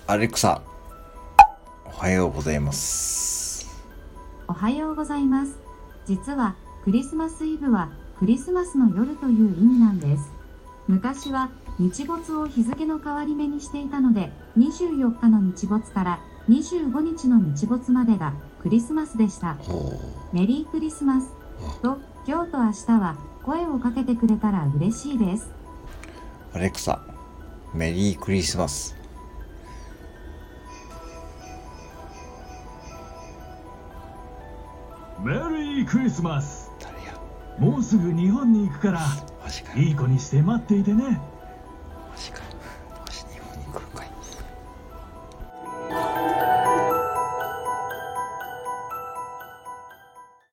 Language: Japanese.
アレクサ、おはようございます。 おはようございます。実はクリスマスイブはクリスマスの夜という意味なんです。昔は日没を日付の変わり目にしていたので、24日の日没から25日の日没までがクリスマスでした。メリークリスマスと今日と明日は声をかけてくれたら嬉しいです。 アレクサ、メリークリスマス。 メリークリスマス。 誰や。 もうすぐ日本に行くから、 マジかよ。 いい子にして待っていてね。